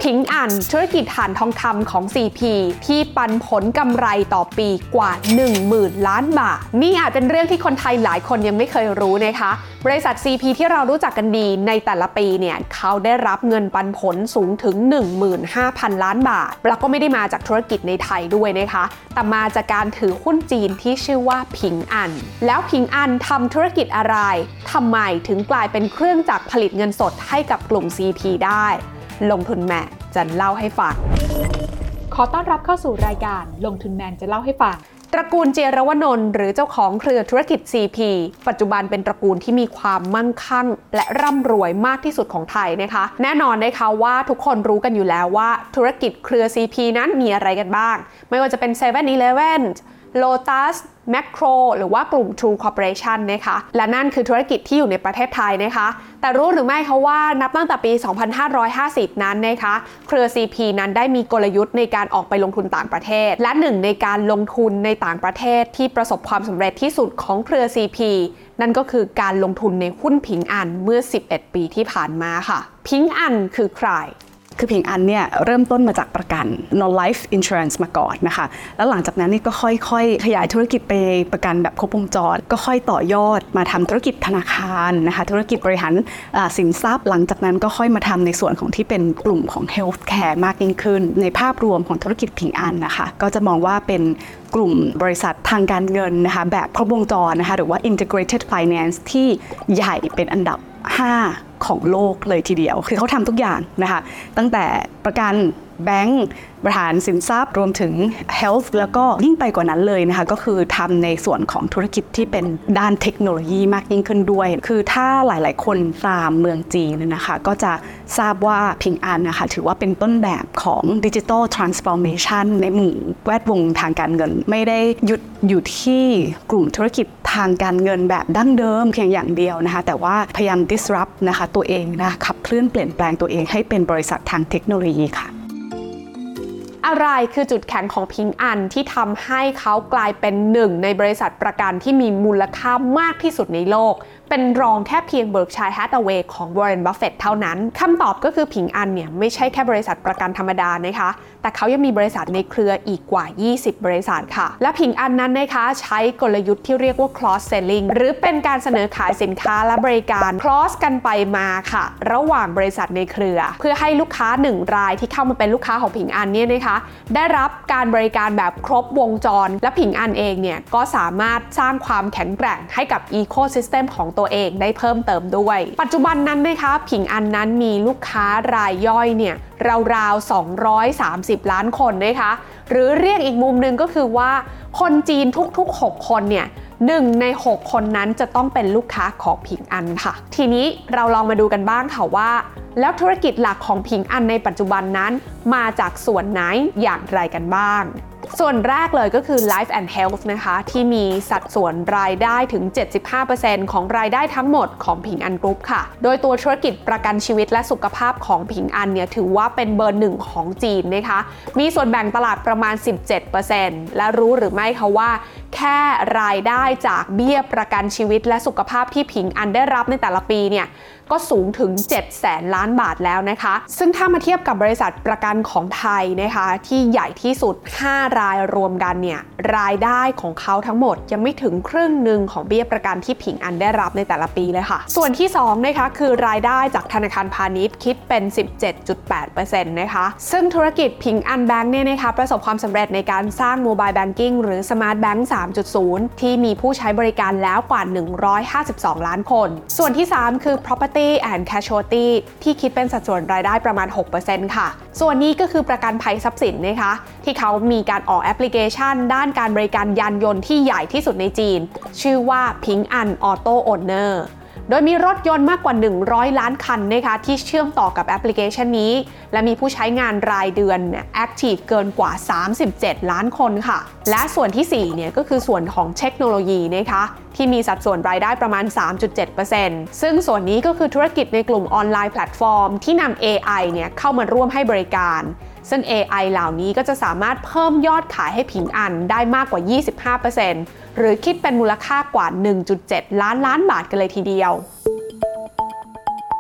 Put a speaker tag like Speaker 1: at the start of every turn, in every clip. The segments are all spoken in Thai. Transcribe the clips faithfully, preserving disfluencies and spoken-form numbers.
Speaker 1: ผิงอันธุรกิจถ่านทองคำของ ซี พี ที่ปันผลกำไรต่อปีกว่า หนึ่งหมื่น ล้านบาทนี่อาจเป็นเรื่องที่คนไทยหลายคนยังไม่เคยรู้นะคะบริษัท ซี พี ที่เรารู้จักกันดีในแต่ละปีเนี่ยเขาได้รับเงินปันผลสูงถึง หนึ่งหมื่นห้าพัน ล้านบาทแล้วก็ไม่ได้มาจากธุรกิจในไทยด้วยนะคะแต่มาจากการถือหุ้นจีนที่ชื่อว่าผิงอันแล้วผิงอันทำธุรกิจอะไรทำไมถึงกลายเป็นเครื่องจักรผลิตเงินสดให้กับกลุ่ม ซี พี ได้ลงทุนแมนจะเล่าให้ฟัง
Speaker 2: ขอต้อนรับเข้าสู่รายการลงทุนแมนจะเล่าให้ฟัง
Speaker 1: ตระกูลเจรวนนท์หรือเจ้าของเครือธุรกิจ ซี พี ปัจจุบันเป็นตระกูลที่มีความมั่งคั่งและร่ำรวยมากที่สุดของไทยนะคะแน่นอนนะคะว่าทุกคนรู้กันอยู่แล้วว่าธุรกิจเครือ ซี พี นั้นมีอะไรกันบ้างไม่ว่าจะเป็น เซเว่น อีเลฟเว่น Lotus Macro หรือว่ากลุ่ม True Corporation นะคะและนั่นคือธุรกิจที่อยู่ในประเทศไทยนะคะแต่รู้หรือไม่คะว่านับตั้งแต่ปี สองพันห้าร้อยห้าสิบ นั้นนะคะเครือ ซี พี นั้นได้มีกลยุทธ์ในการออกไปลงทุนต่างประเทศและหนึ่งในการลงทุนในต่างประเทศที่ประสบความสำเร็จที่สุดของเครือ ซี พี นั่นก็คือการลงทุนในหุ้นผิงอันเมื่อสิบเอ็ดปีที่ผ่านมาค่ะผิงอันคือใคร
Speaker 3: คือผิงอันเนี่ยเริ่มต้นมาจากประกัน non-life insurance มาก่อนนะคะแล้วหลังจากนั้นนี่ก็ค่อยๆขยายธุรกิจไปประกันแบบครบวงจรก็ค่อยต่อยอดมาทำธุรกิจธนาคารนะคะธุรกิจบริหารสินทรัพย์หลังจากนั้นก็ค่อยมาทำในส่วนของที่เป็นกลุ่มของ healthcare มากยิ่งขึ้นในภาพรวมของธุรกิจผิงอันนะคะก็จะมองว่าเป็นกลุ่มบริษัททางการเงินนะคะแบบครบวงจรนะคะหรือว่า integrated finance ที่ใหญ่เป็นอันดับห้าของโลกเลยทีเดียวคือเขาทำทุกอย่างนะคะตั้งแต่ประกันแบงก์บริหารสินทรัพย์รวมถึง health แล้วก็ยิ่งไปกว่านั้นเลยนะคะก็คือทำในส่วนของธุรกิจที่เป็นด้านเทคโนโลยีมากยิ่งขึ้นด้วยคือถ้าหลายๆคนตามเมืองจีนนะคะก็จะทราบว่าผิงอันนะคะถือว่าเป็นต้นแบบของ Digital Transformation ในหมู่แวดวงทางการเงินไม่ได้หยุดอยู่ที่กลุ่มธุรกิจทางการเงินแบบดั้งเดิมเพียงอย่างเดียวนะคะแต่ว่าพยายาม disrupt นะคะตัวเองนะขับเคลื่อนเปลี่ยนแปลงตัวเองให้เป็นบริษัททางเทคโนโลยีค่ะ
Speaker 1: อะไรคือจุดแข็งของผิงอันที่ทำให้เขากลายเป็นหนึ่งในบริษัทประกันที่มีมูลค่ามากที่สุดในโลกเป็นรองแค่เพียง Berkshire Hathaway ของ Warren Buffett เท่านั้นคำตอบก็คือผิงอันเนี่ยไม่ใช่แค่บริษัทประกันธรรมดานะคะแต่เขายังมีบริษัทในเครืออีกกว่า ยี่สิบ บริษัทค่ะและผิงอันนั้นนะคะใช้กลยุทธ์ที่เรียกว่า cross selling หรือเป็นการเสนอขายสินค้าและบริการ cross กันไปมาค่ะระหว่างบริษัทในเครือเพื่อให้ลูกค้าหนึ่งรายที่เข้ามาเป็นลูกค้าของผิงอันเนี่ยนะคะได้รับการบริการแบบครบวงจรและผิงอันเองเนี่ยก็สามารถสร้างความแข็งแกร่งให้กับ ecosystem ของตัวเองได้เพิ่มเติมด้วยปัจจุบันนั้นนะคะผิงอันนั้นมีลูกค้ารายย่อยเนี่ยราวๆสองร้อยสามสิบล้านคนนะคะหรือเรียกอีกมุมนึงก็คือว่าคนจีนทุกๆหกคนเนี่ยหนึ่งในหกคนนั้นจะต้องเป็นลูกค้าของผิงอันค่ะทีนี้เราลองมาดูกันบ้างค่ะว่าแล้วธุรกิจหลักของผิงอันในปัจจุบันนั้นมาจากส่วนไหนอย่างไรกันบ้างส่วนแรกเลยก็คือ Life and Health นะคะที่มีสัดส่วนรายได้ถึง เจ็ดสิบห้าเปอร์เซ็นต์ ของรายได้ทั้งหมดของผิงอันกรุ๊ปค่ะโดยตัวธุรกิจประกันชีวิตและสุขภาพของผิงอันเนี่ยถือว่าเป็นเบอร์หนึ่งของจีนนะคะมีส่วนแบ่งตลาดประมาณ สิบเจ็ดเปอร์เซ็นต์ และรู้หรือไม่คะว่าแค่รายได้จากเบี้ยประกันชีวิตและสุขภาพที่ผิงอันได้รับในแต่ละปีเนี่ยก็สูงถึงเจ็ดแสนล้านบาทแล้วนะคะซึ่งถ้ามาเทียบกับบริษัทประกันของไทยนะคะที่ใหญ่ที่สุดห้ารายรวมกันเนี่ยรายได้ของเขาทั้งหมดยังไม่ถึงครึ่งหนึ่งของเบี้ยประกันที่ผิงอันได้รับในแต่ละปีเลยค่ะส่วนที่สองนะคะคือรายได้จากธนาคารพาณิชย์คิดเป็น สิบเจ็ดจุดแปดเปอร์เซ็นต์ นะคะซึ่งธุรกิจผิงอันแบงค์เนี่ยนะคะประสบความสำเร็จในการสร้างโมบายแบงกิ้งหรือสมาร์ทแบงค์ สามจุดศูนย์ ที่มีผู้ใช้บริการแล้วกว่าหนึ่งร้อยห้าสิบสองล้านคนส่วนที่สามคือ property and casualty ที่คิดเป็นสัดส่วนรายได้ประมาณ หกเปอร์เซ็นต์ ค่ะส่วนนี้ก็คือประกันภัยทรัพย์สินนะคะที่เขามีการออกแอปพลิเคชันด้านการบริการยานยนต์ที่ใหญ่ที่สุดในจีนชื่อว่าผิงอันออโต้โอนเนอร์โดยมีรถยนต์มากกว่าหนึ่งร้อยล้านคันนะคะที่เชื่อมต่อกับแอปพลิเคชันนี้และมีผู้ใช้งานรายเดือนเนี่ยแอคทีฟเกินกว่าสามสิบเจ็ดล้านคนค่ะและส่วนที่สี่เนี่ยก็คือส่วนของเทคโนโลยีนะคะที่มีสัดส่วนรายได้ประมาณ สามจุดเจ็ดเปอร์เซ็นต์ ซึ่งส่วนนี้ก็คือธุรกิจในกลุ่มออนไลน์แพลตฟอร์มที่นำ เอ ไอ เนี่ยเข้ามาร่วมให้บริการซึ่ง เอ ไอ เหล่านี้ก็จะสามารถเพิ่มยอดขายให้ผิงอันได้มากกว่า ยี่สิบห้าเปอร์เซ็นต์ หรือคิดเป็นมูลค่ากว่า หนึ่งจุดเจ็ดล้านล้านบาทกันเลยทีเดียว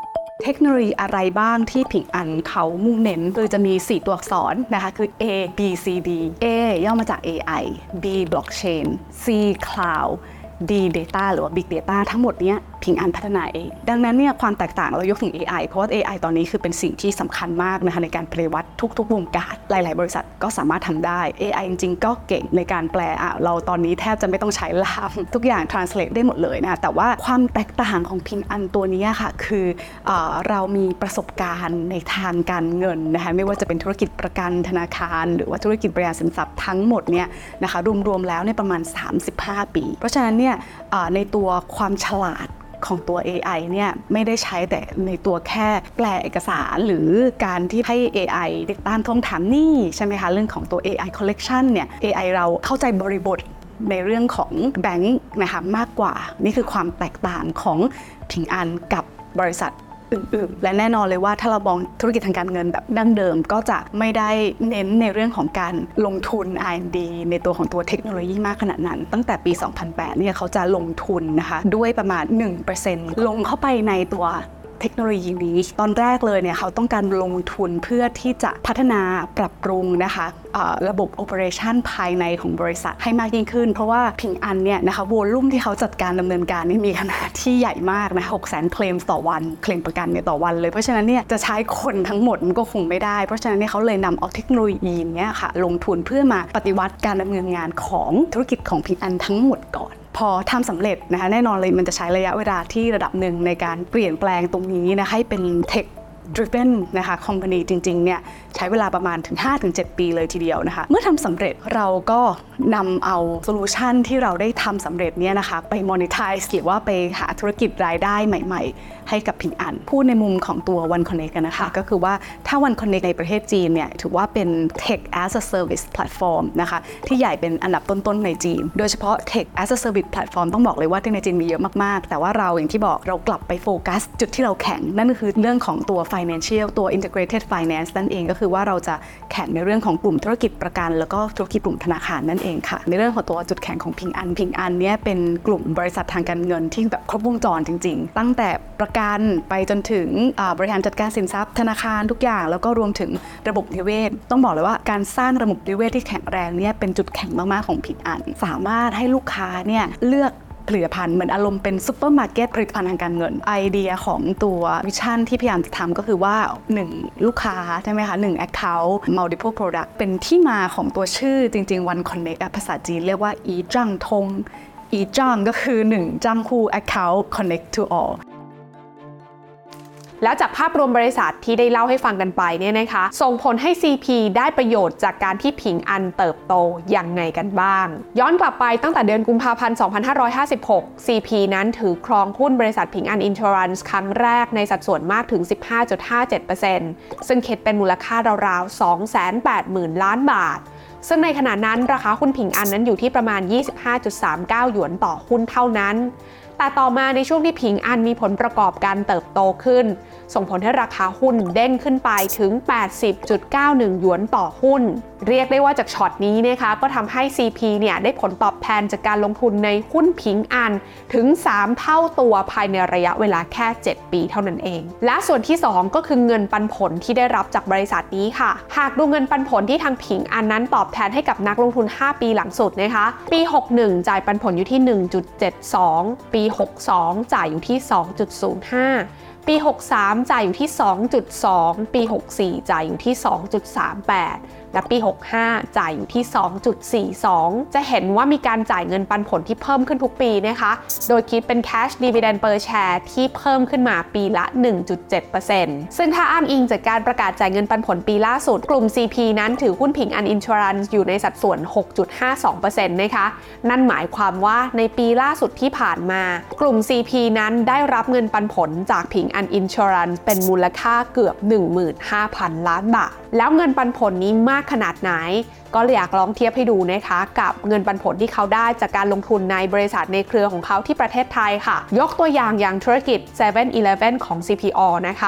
Speaker 3: เทคโนโลยีอะไรบ้างที่ผิงอันเขามุ่งเน้นโดยจะมีสี่ตัวอักษรนะคะคือ A B C D A ย่อมาจาก เอ ไอ B Blockchain C Cloud D Data หรือว่า Big Data ทั้งหมดเนี้ยผิงอันพัฒนาเองดังนั้นเนี่ยความแตกต่างเรายกถึง เอ ไอ เพราะว่า เอ ไอ ตอนนี้คือเป็นสิ่งที่สำคัญมากนะคะในการปฏิวัติทุกๆวงการหลายๆบริษัทก็สามารถทำได้ เอ ไอ จริงๆก็เก่งในการแปลอ่ะเราตอนนี้แทบจะไม่ต้องใช้ล่ามทุกอย่าง translate ได้หมดเลยนะแต่ว่าความแตกต่างของผิงอันตัวนี้ค่ะคือเอ่อเรามีประสบการณ์ในทางการเงินนะคะไม่ว่าจะเป็นธุรกิจประกันธนาคารหรือว่าธุรกิจบริการสินทรัพย์ทั้งหมดเนี่ยนะคะรวมๆแล้วเนี่ยประมาณสามสิบห้าปีเพราะฉะนั้นเนี่ยในตัวความฉลาดของตัว เอ ไอ เนี่ยไม่ได้ใช้แต่ในตัวแค่แปลเอกสารหรือการที่ให้ เอ ไอ ติดตามทวงถามหนี้ใช่ไหมคะเรื่องของตัว เอ ไอ collection เนี่ย เอ ไอ เราเข้าใจบริบทในเรื่องของแบงค์นะคะมากกว่านี่คือความแตกต่างของผิงอันกับบริษัทอื่นๆและแน่นอนเลยว่าถ้าเรามองธุรกิจทางการเงินแบบดั้งเดิมก็จะไม่ได้เน้นในเรื่องของการลงทุน อาร์ แอนด์ ดี ในตัวของตัวเทคโนโลยีมากขนาดนั้นตั้งแต่ปี สองพันแปด เนี่ยเขาจะลงทุนนะคะด้วยประมาณ หนึ่งเปอร์เซ็นต์ ลงเข้าไปในตัวเทคโนโลยีนี้ตอนแรกเลยเนี่ยเขาต้องการลงทุนเพื่อที่จะพัฒนาปรับปรุงนะคะระบบ operation ภายในของบริษัทให้มากยิ่งขึ้นเพราะว่าผิงอันเนี่ยนะคะโวลุ่มที่เขาจัดการดำเนินการนี่มีขนาดที่ใหญ่มากนะหกแสนเคลมต่อวันเคลมประกันเนี่ยต่อวันเลยเพราะฉะนั้นเนี่ยจะใช้คนทั้งหมดมันก็คงไม่ได้เพราะฉะนั้นเนี่ยเขาเลยนำเอาเทคโนโลยีเนี่ยค่ะลงทุนเพื่อมาปฏิวัติการดำเนินงานของธุรกิจของผิงอันทั้งหมดก่อนพอทำสำเร็จนะคะแน่นอนเลยมันจะใช้ระยะเวลาที่ระดับหนึ่งในการเปลี่ยนแปลงตรงนี้นะให้เป็น tech driven นะคะ company จริงๆเนี่ยใช้เวลาประมาณถึง ห้าถึงเจ็ด ปีเลยทีเดียวนะคะเมื่อทำสำเร็จเราก็นำเอาโซลูชันที่เราได้ทำสำเร็จเนี่ยนะคะไป monetize หรือว่าไปหาธุรกิจรายได้ใหม่ๆให้กับผิงอันพูดในมุมของตัว One Connect กันนะคะก็คือว่าถ้า One Connect ในประเทศจีนเนี่ยถือว่าเป็น Tech as a Service Platform นะคะที่ใหญ่เป็นอันดับต้นๆในจีนโดยเฉพาะ Tech as a Service Platform ต้องบอกเลยว่าที่ในจีนมีเยอะมากๆแต่ว่าเราอย่างที่บอกเรากลับไปโฟกัสจุดที่เราแข็งนั่นก็คือเรื่องของตัว financial ตัว integrated finance นั่นเองก็คือว่าเราจะแข่งในเรื่องของกลุ่มธุรกิจประกันแล้วก็ธุรกิจกลุ่มธนาคารนั่นเองค่ะในเรื่องของตัวจุดแข็งของผิงอันผิงอันเนี่ยเป็นกลุ่มบริษัททางการเงินที่แบบครบวงจรจริงๆตั้งแต่ประกันไปจนถึงบริหารจัดการสินทรัพย์ธนาคารทุกอย่างแล้วก็รวมถึงระบบนิเวศต้องบอกเลยว่าการสร้างระบบนิเวศที่แข็งแรงเนี่ยเป็นจุดแข็งมากๆของผิงอันสามารถให้ลูกค้าเนี่ยเลือกผลิตภัณฑ์เหมือนอารมณ์เป็นซุปเปอร์มาร์เก็ตผลิตภัณฑ์ทางการเงินไอเดียของตัววิชั่นที่พยายามจะทำก็คือว่าหนึ่งลูกค้าใช่ไหมคะหนึ่ง account multiple product เป็นที่มาของตัวชื่อจริงๆ One Connect ภาษาจีนเรียกว่าอีจังทงอีจังก็คือหนึ่งจังคู่ account connect to all
Speaker 1: แล้วจากภาพรวมบริษัทที่ได้เล่าให้ฟังกันไปเนี่ยนะคะส่งผลให้ ซี พี ได้ประโยชน์จากการที่ผิงอันเติบโตอย่างไงกันบ้างย้อนกลับไปตั้งแต่เดือนกุมภาพันธ์ สองพันห้าร้อยห้าสิบหก ซี พี นั้นถือครองหุ้นบริษัทผิงอันอินชัวรันส์ครั้งแรกในสัดส่วนมากถึง สิบห้าจุดห้าเจ็ดเปอร์เซ็นต์ ซึ่งคิดเป็นมูลค่าราวๆ สองแสนแปดหมื่น ล้านบาทซึ่งในขณะนั้นราคาหุ้นผิงอันนั้นอยู่ที่ประมาณ ยี่สิบห้าจุดสามเก้า หยวนต่อหุ้นเท่านั้นแต่ต่อมาในช่วงที่ผิงอันมีผลประกอบการเติบโตขึ้นส่งผลให้ราคาหุ้นเด้งขึ้นไปถึง แปดสิบจุดเก้าหนึ่ง หยวนต่อหุ้นเรียกได้ว่าจากช็อตนี้นะคะก็ทำให้ ซี พี เนี่ยได้ผลตอบแทนจากการลงทุนในหุ้นผิงอันถึงสามเท่าตัวภายในระยะเวลาแค่เจ็ดปีเท่านั้นเองและส่วนที่สองก็คือเงินปันผลที่ได้รับจากบริษัทนี้ค่ะหากดูเงินปันผลที่ทางผิงอันนั้นตอบแทนให้กับนักลงทุนห้าปีหลังสุดนะคะปีหกสิบเอ็ดจ่ายปันผลอยู่ที่ หนึ่งจุดเจ็ดสอง ปีหกสิบสองจ่ายอยู่ที่ สองจุดศูนย์ห้าปีหกสิบสามจ่ายอยู่ที่ สองจุดสอง ปีหกสิบสี่จ่ายอยู่ที่ สองจุดสามแปด และปีหกสิบห้าจ่ายอยู่ที่ สองจุดสี่สอง จะเห็นว่ามีการจ่ายเงินปันผลที่เพิ่มขึ้นทุกปีนะคะโดยคิดเป็น cash dividend per share ที่เพิ่มขึ้นมาปีละ หนึ่งจุดเจ็ดเปอร์เซ็นต์ ซึ่งถ้าอ้างอิงจากการประกาศจ่ายเงินปันผลปีล่าสุดกลุ่ม ซี พี นั้นถือหุ้นผิงอันอินชัวรันส์อยู่ในสัดส่วน หกจุดห้าสองเปอร์เซ็นต์ นะคะนั่นหมายความว่าในปีล่าสุดที่ผ่านมากลุ่ม ซี พี นั้นได้รับเงินปันผลจากผิงอันอินชัวรันส์เป็นมูลค่าเกือบ หนึ่งหมื่นห้าพัน ล้านบาทแล้วเงินปันผลนี้มากขนาดไหนก็เลยอยากลองเทียบให้ดูนะคะกับเงินปันผลที่เขาได้จากการลงทุนในบริษัทในเครือของเขาที่ประเทศไทยค่ะยกตัวอย่างอย่างธุรกิจ เซเว่นอีเลฟเว่น ของ ซี พี โอ นะคะ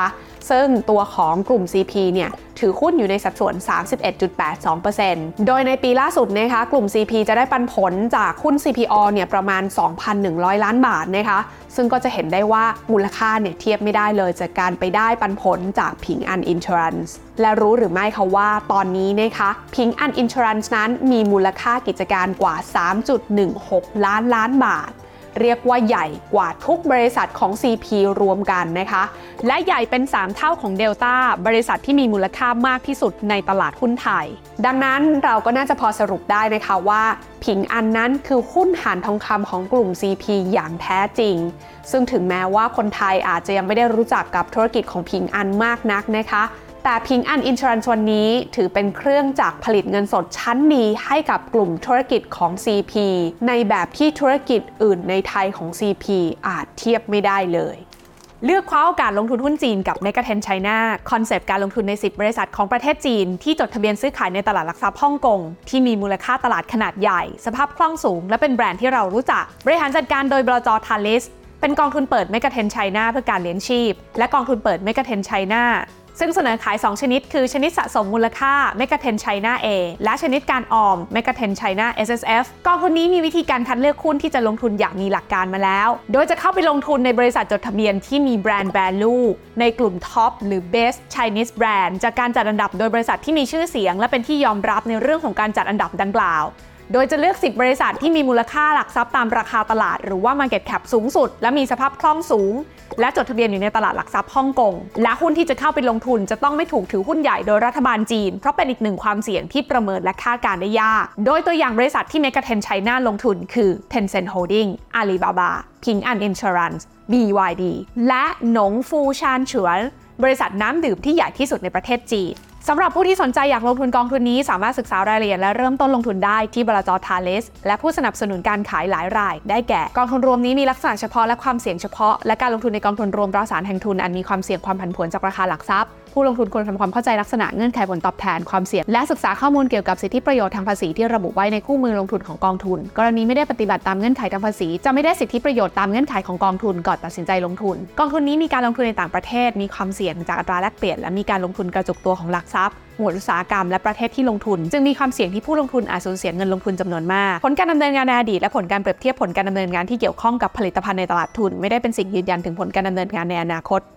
Speaker 1: ซึ่งตัวของกลุ่ม ซี พี เนี่ยถือหุ้นอยู่ในสัดส่วน สามสิบเอ็ดจุดแปดสองเปอร์เซ็นต์ โดยในปีล่าสุดนะคะกลุ่ม ซี พี จะได้ปันผลจากหุ้น ซี พี โอ เนี่ยประมาณ สองพันหนึ่งร้อย ล้านบาทนะคะซึ่งก็จะเห็นได้ว่ามูลค่าเนี่ยเทียบไม่ได้เลยจากการไปได้ปันผลจากผิงอัน Insurance และรู้หรือไม่คะว่าตอนนี้นะคะผิงอัน Insurance นั้นมีมูลค่ากิจการกว่า สามจุดหนึ่งหก ล้านล้านบาทเรียกว่าใหญ่กว่าทุกบริษัทของ ซี พี รวมกันนะคะและใหญ่เป็นสามเท่าของ Delta บริษัทที่มีมูลค่ามากที่สุดในตลาดหุ้นไทยดังนั้นเราก็น่าจะพอสรุปได้นะคะว่าผิงอันนั้นคือหุ้นหาญทองคำของกลุ่ม ซี พี อย่างแท้จริงซึ่งถึงแม้ว่าคนไทยอาจจะยังไม่ได้รู้จักกับธุรกิจของผิงอันมากนักนะคะแต่ผิงอัน Insurance วันนี้ถือเป็นเครื่องจักรผลิตเงินสดชั้นดีให้กับกลุ่มธุรกิจของ ซี พี ในแบบที่ธุรกิจอื่นในไทยของ ซี พี อาจเทียบไม่ได้เลยเลือกคว้าโอกาสลงทุนหุ้นจีนกับ Megatrend China คอนเซปต์การลงทุนในสิบบริษัทของประเทศจีนที่จดทะเบียนซื้อขายในตลาดหลักทรัพย์ฮ่องกงที่มีมูลค่าตลาดขนาดใหญ่สภาพคล่องสูงและเป็นแบรนด์ที่เรารู้จักบริหารจัดการโดยบลจ. Thales เป็นกองทุนเปิด Megatrend China เพื่อการเลี้ยงชีพและกองทุนเปิด Megatrend Chinaซึ่งเสนอขาย สอง ชนิดคือชนิดสะสมมูลค่า Megatrend China A และชนิดการออม Megatrend China เอส เอส เอฟ กองทุนนี้มีวิธีการคัดเลือกหุ้นที่จะลงทุนอย่างมีหลักการมาแล้วโดยจะเข้าไปลงทุนในบริษัทจดทะเบียนที่มีแบรนด์ value ในกลุ่ม Top หรือ Best Chinese Brand จากการจัดอันดับโดยบริษัทที่มีชื่อเสียงและเป็นที่ยอมรับในเรื่องของการจัดอันดับดังกล่าวโดยจะเลือกสิบบริษัทที่มีมูลค่าหลักทรัพย์ตามราคาตลาดหรือว่า Market Cap สูงสุดและมีสภาพคล่องสูงและจดทะเบียนอยู่ในตลาดหลักทรัพย์ฮ่องกงและหุ้นที่จะเข้าไปลงทุนจะต้องไม่ถูกถือหุ้นใหญ่โดยรัฐบาลจีนเพราะเป็นอีกหนึ่งความเสี่ยงที่ประเมินและคาดการณ์ได้ยากโดยตัวอย่างบริษัทที่ Megatrend China ลงทุนคือ Tencent Holding Alibaba Ping An Insurance บี วาย ดี และหนงฟูชานฉวนบริษัทน้ำดื่มที่ใหญ่ที่สุดในประเทศจีนสำหรับผู้ที่สนใจอยากลงทุนกองทุนนี้สามารถศึกษารายละเอียดและเริ่มต้นลงทุนได้ที่บลจ. Thales และผู้สนับสนุนการขายหลายรายได้แก่กองทุนรวมนี้มีลักษณะเฉพาะและความเสี่ยงเฉพาะและการลงทุนในกองทุนรวมตราสารแห่งทุนอันมีความเสี่ยงความผันผวนจากราคาหลักทรัพย์ผู้ลงทุนควรทำความเข้าใจลักษณะเงื่อนไขผลตอบแทนความเสี่ยงและศึกษาข้อมูลเกี่ยวกับสิทธิประโยชน์ทางภาษีที่ระบุไว้ในคู่มือลงทุนของกองทุนกรณีไม่ได้ปฏิบัติตามเงื่อนไขทางภาษีจะไม่ได้สิทธิประโยชน์ตามเงื่อนไขของกองทุนก่อนตัดสินใจลงทุนกองทุนนี้มีการลงทุนในต่างประเทศมีความเสี่ยงจากอัตราแลกเปลี่ยนและมีการลงทุนกระจุกตัวของหลักทรัพย์หมวดอุตสาหกรรมและประเทศที่ลงทุนจึงมีความเสี่ยงที่ผู้ลงทุนอาจสูญเสียเงินลงทุนจำนวนมากผลการดำเนินงานในอดีตและผลการเปรียบเทียบผลการดำเนินงานที่เกี่ยวข้องกับผลิตภัณฑ์ในตลาดทุนไม่ได้เป็นสิ่งยืนยันถึงผลการดำเนินงานในอนาคต